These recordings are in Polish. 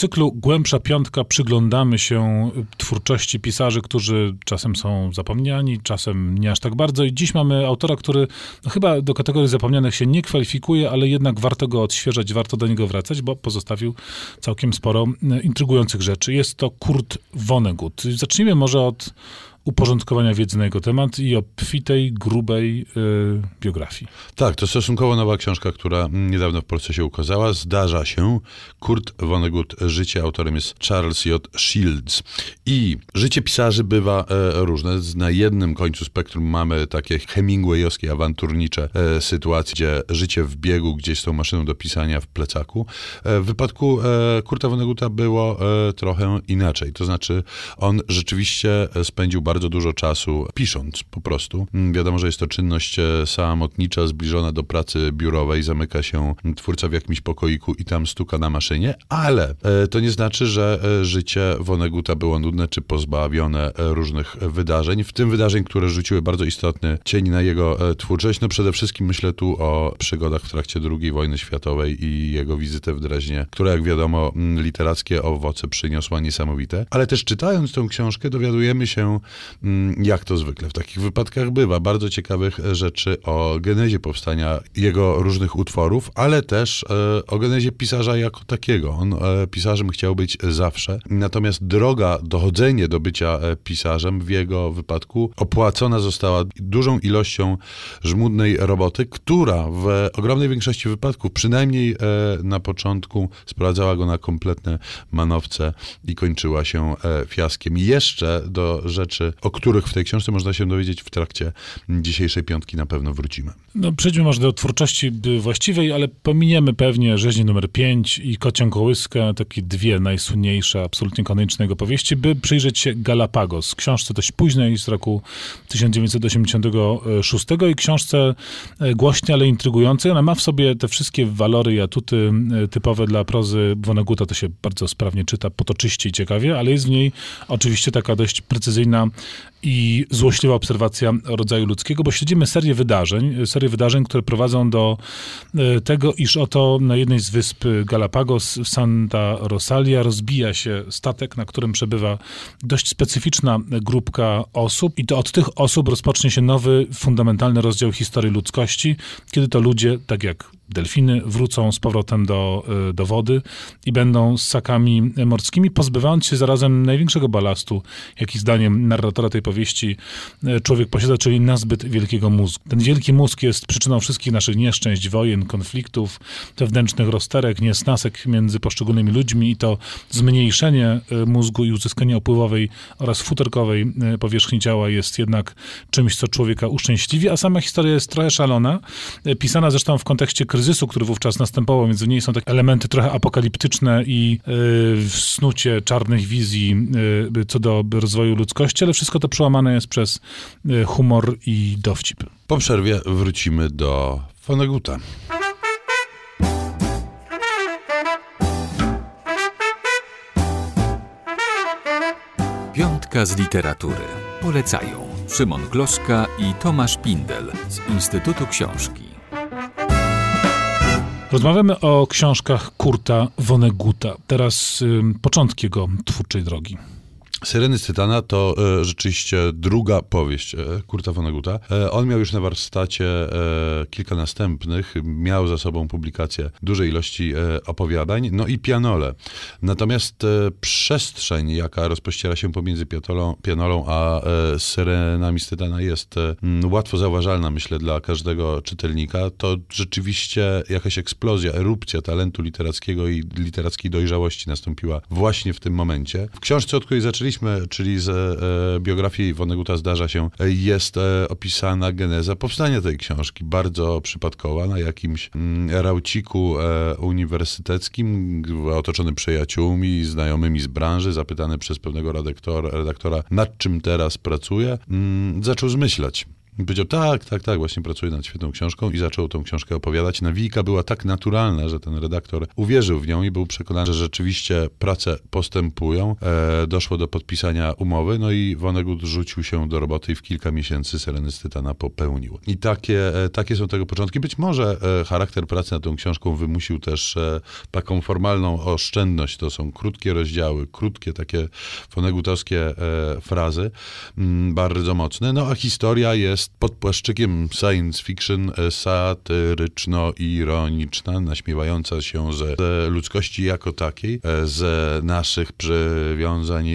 cyklu Głębsza Piątka przyglądamy się twórczości pisarzy, którzy czasem są zapomniani, czasem nie aż tak bardzo. I dziś mamy autora, który chyba do kategorii zapomnianych się nie kwalifikuje, ale jednak warto go odświeżać, warto do niego wracać, bo pozostawił całkiem sporo intrygujących rzeczy. Jest to Kurt Vonnegut. Zacznijmy może od uporządkowania wiedzy na jego temat i obfitej, grubej biografii. Tak, to stosunkowo nowa książka, która niedawno w Polsce się ukazała. Zdarza się. Kurt Vonnegut, życie. Autorem jest Charles J. Shields. I życie pisarzy bywa różne. Na jednym końcu spektrum mamy takie hemingwayowskie, awanturnicze sytuacje, gdzie życie w biegu, gdzieś z tą maszyną do pisania w plecaku. W wypadku Kurta Vonneguta było trochę inaczej. To znaczy on rzeczywiście spędził bardzo dużo czasu pisząc po prostu. Wiadomo, że jest to czynność samotnicza, zbliżona do pracy biurowej. Zamyka się twórca w jakimś pokoiku i tam stuka na maszynie, ale to nie znaczy, że życie Vonneguta było nudne czy pozbawione różnych wydarzeń. W tym wydarzeń, które rzuciły bardzo istotny cień na jego twórczość. No przede wszystkim myślę tu o przygodach w trakcie II wojny światowej i jego wizytę w Dreźnie, która jak wiadomo literackie owoce przyniosła niesamowite. Ale też czytając tę książkę dowiadujemy się, jak to zwykle w takich wypadkach bywa, bardzo ciekawych rzeczy o genezie powstania jego różnych utworów, ale też o genezie pisarza jako takiego. On pisarzem chciał być zawsze, natomiast droga, dochodzenie do bycia pisarzem w jego wypadku opłacona została dużą ilością żmudnej roboty, która w ogromnej większości wypadków, przynajmniej na początku, sprowadzała go na kompletne manowce i kończyła się fiaskiem. I jeszcze do rzeczy, o których w tej książce można się dowiedzieć w trakcie dzisiejszej piątki, na pewno wrócimy. No, przejdźmy może do twórczości właściwej, ale pominiemy pewnie Rzeźnię nr 5 i Kocią Kołyskę, takie dwie najsłynniejsze, absolutnie kanoniczne jego powieści, by przyjrzeć się Galapagos, książce dość późnej, z roku 1986 i książce głośnej, ale intrygującej. Ona ma w sobie te wszystkie walory i atuty typowe dla prozy Vonneguta, to się bardzo sprawnie czyta, potoczyście i ciekawie, ale jest w niej oczywiście taka dość precyzyjna i złośliwa obserwacja rodzaju ludzkiego, bo śledzimy serię wydarzeń, które prowadzą do tego, iż oto na jednej z wysp Galapagos w Santa Rosalia rozbija się statek, na którym przebywa dość specyficzna grupka osób i to od tych osób rozpocznie się nowy, fundamentalny rozdział historii ludzkości, kiedy to ludzie, tak jak delfiny, wrócą z powrotem do wody i będą ssakami morskimi, pozbywając się zarazem największego balastu, jaki zdaniem narratora tej powieści człowiek posiada, czyli nazbyt wielkiego mózgu. Ten wielki mózg jest przyczyną wszystkich naszych nieszczęść, wojen, konfliktów, wewnętrznych rozterek, niesnasek między poszczególnymi ludźmi i to zmniejszenie mózgu i uzyskanie opływowej oraz futerkowej powierzchni ciała jest jednak czymś, co człowieka uszczęśliwi, a sama historia jest trochę szalona, pisana zresztą w kontekście kryzysu, który wówczas następował, więc w niej są takie elementy trochę apokaliptyczne i w snucie czarnych wizji co do rozwoju ludzkości, ale wszystko to przełamane jest przez humor i dowcip. Po przerwie wrócimy do Vonneguta. Piątka z literatury. Polecają Szymon Gloszka i Tomasz Pindel z Instytutu Książki. Rozmawiamy o książkach Kurta Vonneguta. Teraz początki jego twórczej drogi. Syreny z Tytana to rzeczywiście druga powieść Kurta Vonneguta. On miał już na warsztacie kilka następnych, miał za sobą publikację dużej ilości opowiadań, no i Pianole. Natomiast przestrzeń, jaka rozpościera się pomiędzy Pianolą a Syrenami z Tytana jest łatwo zauważalna, myślę, dla każdego czytelnika. To rzeczywiście jakaś eksplozja, erupcja talentu literackiego i literackiej dojrzałości nastąpiła właśnie w tym momencie. W książce, od której zaczęliśmy, czyli z biografii Vonneguta zdarza się, jest opisana geneza powstania tej książki, bardzo przypadkowa, na jakimś rauciku uniwersyteckim, otoczony przyjaciółmi, znajomymi z branży, zapytany przez pewnego redaktora, nad czym teraz pracuje, zaczął zmyślać. I powiedział, tak, właśnie pracuję nad świetną książką i zaczął tą książkę opowiadać. Nawijka była tak naturalna, że ten redaktor uwierzył w nią i był przekonany, że rzeczywiście prace postępują. Doszło do podpisania umowy, no i Vonnegut rzucił się do roboty i w kilka miesięcy Syreny z Tytana popełnił. I takie są tego początki. Być może charakter pracy nad tą książką wymusił też taką formalną oszczędność. To są krótkie rozdziały, krótkie takie vonnegutowskie frazy, bardzo mocne. No a historia jest pod płaszczykiem science fiction satyryczno-ironiczna, naśmiewająca się z ludzkości jako takiej, z naszych przywiązań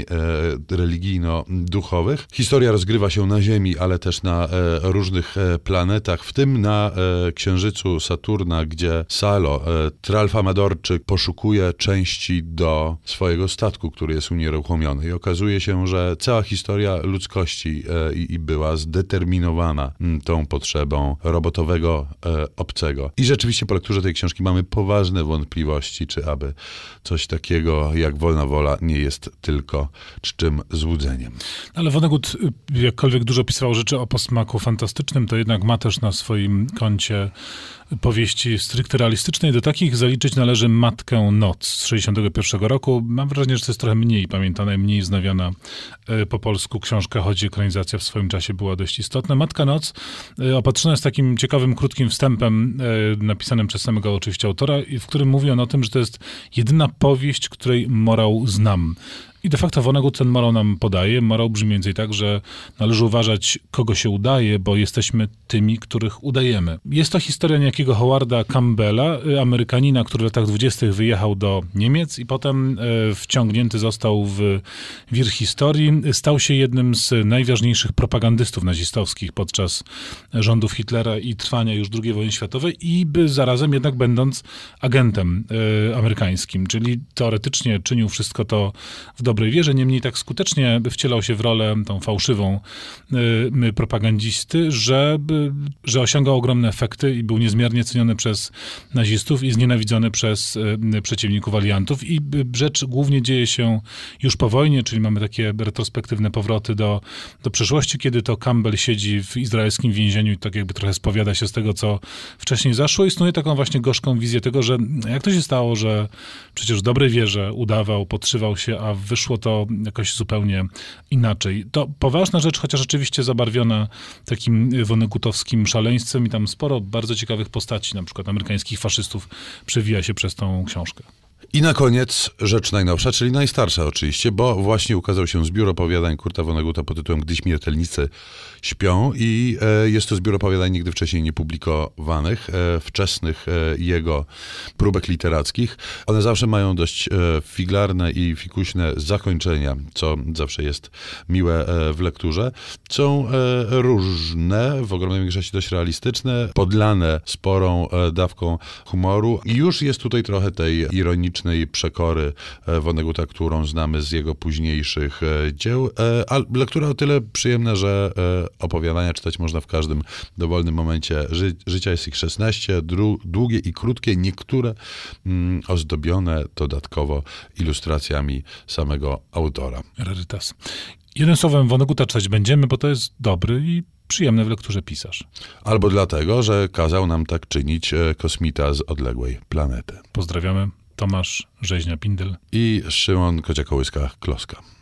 religijno-duchowych. Historia rozgrywa się na Ziemi, ale też na różnych planetach, w tym na Księżycu Saturna, gdzie Salo, Tralfamadorczyk, poszukuje części do swojego statku, który jest unieruchomiony. I okazuje się, że cała historia ludzkości była zdeterminowana tą potrzebą robotowego obcego. I rzeczywiście po lekturze tej książki mamy poważne wątpliwości, czy aby coś takiego jak wolna wola nie jest tylko czczym złudzeniem. Ale Vonnegut, jakkolwiek dużo pisywał rzeczy o posmaku fantastycznym, to jednak ma też na swoim koncie powieści stricte realistycznej. Do takich zaliczyć należy Matkę Noc z 1961 roku. Mam wrażenie, że to jest trochę mniej pamiętana i mniej znawiana po polsku książka, choć ekranizacja w swoim czasie była dość istotna. Matka Noc opatrzona jest takim ciekawym, krótkim wstępem napisanym przez samego oczywiście autora, w którym mówi on o tym, że to jest jedyna powieść, której morał znam. I de facto Vonnegut ten morał nam podaje. Morał brzmi więcej tak, że należy uważać, kogo się udaje, bo jesteśmy tymi, których udajemy. Jest to historia niejakiego Howarda Campbella, Amerykanina, który w latach 20. wyjechał do Niemiec i potem wciągnięty został w wir historii. Stał się jednym z najważniejszych propagandystów nazistowskich podczas rządów Hitlera i trwania już II wojny światowej i zarazem jednak będąc agentem amerykańskim, czyli teoretycznie czynił wszystko to w dobrej wierze, niemniej tak skutecznie wcielał się w rolę tą fałszywą propagandzisty, że osiągał ogromne efekty i był niezmiernie ceniony przez nazistów i znienawidzony przez przeciwników aliantów. I rzecz głównie dzieje się już po wojnie, czyli mamy takie retrospektywne powroty do przeszłości, kiedy to Campbell siedzi w izraelskim więzieniu i tak jakby trochę spowiada się z tego, co wcześniej zaszło i snuje taką właśnie gorzką wizję tego, że jak to się stało, że przecież w dobrej wierze udawał, podszywał się, a wyszło to jakoś zupełnie inaczej. To poważna rzecz, chociaż rzeczywiście zabarwiona takim vonnegutowskim szaleństwem i tam sporo bardzo ciekawych postaci, na przykład amerykańskich faszystów, przewija się przez tą książkę. I na koniec rzecz najnowsza, czyli najstarsza oczywiście, bo właśnie ukazał się zbiór opowiadań Kurta Vonneguta pod tytułem Gdy śmiertelnicy śpią i jest to zbiór opowiadań nigdy wcześniej niepublikowanych, wczesnych jego próbek literackich. One zawsze mają dość figlarne i fikuśne zakończenia, co zawsze jest miłe w lekturze. Są różne, w ogromnej większości dość realistyczne, podlane sporą dawką humoru i już jest tutaj trochę tej ironicznej przekory Vonneguta, którą znamy z jego późniejszych dzieł, a lektura o tyle przyjemna, że opowiadania czytać można w każdym dowolnym momencie życia. Jest ich 16, długie i krótkie, niektóre ozdobione dodatkowo ilustracjami samego autora. Rarytas. Jednym słowem, Vonneguta czytać będziemy, bo to jest dobry i przyjemny w lekturze pisarz. Albo dlatego, że kazał nam tak czynić kosmita z odległej planety. Pozdrawiamy. Tomasz Rzeźnia-Pindel i Szymon Kociakołyska-Kloska.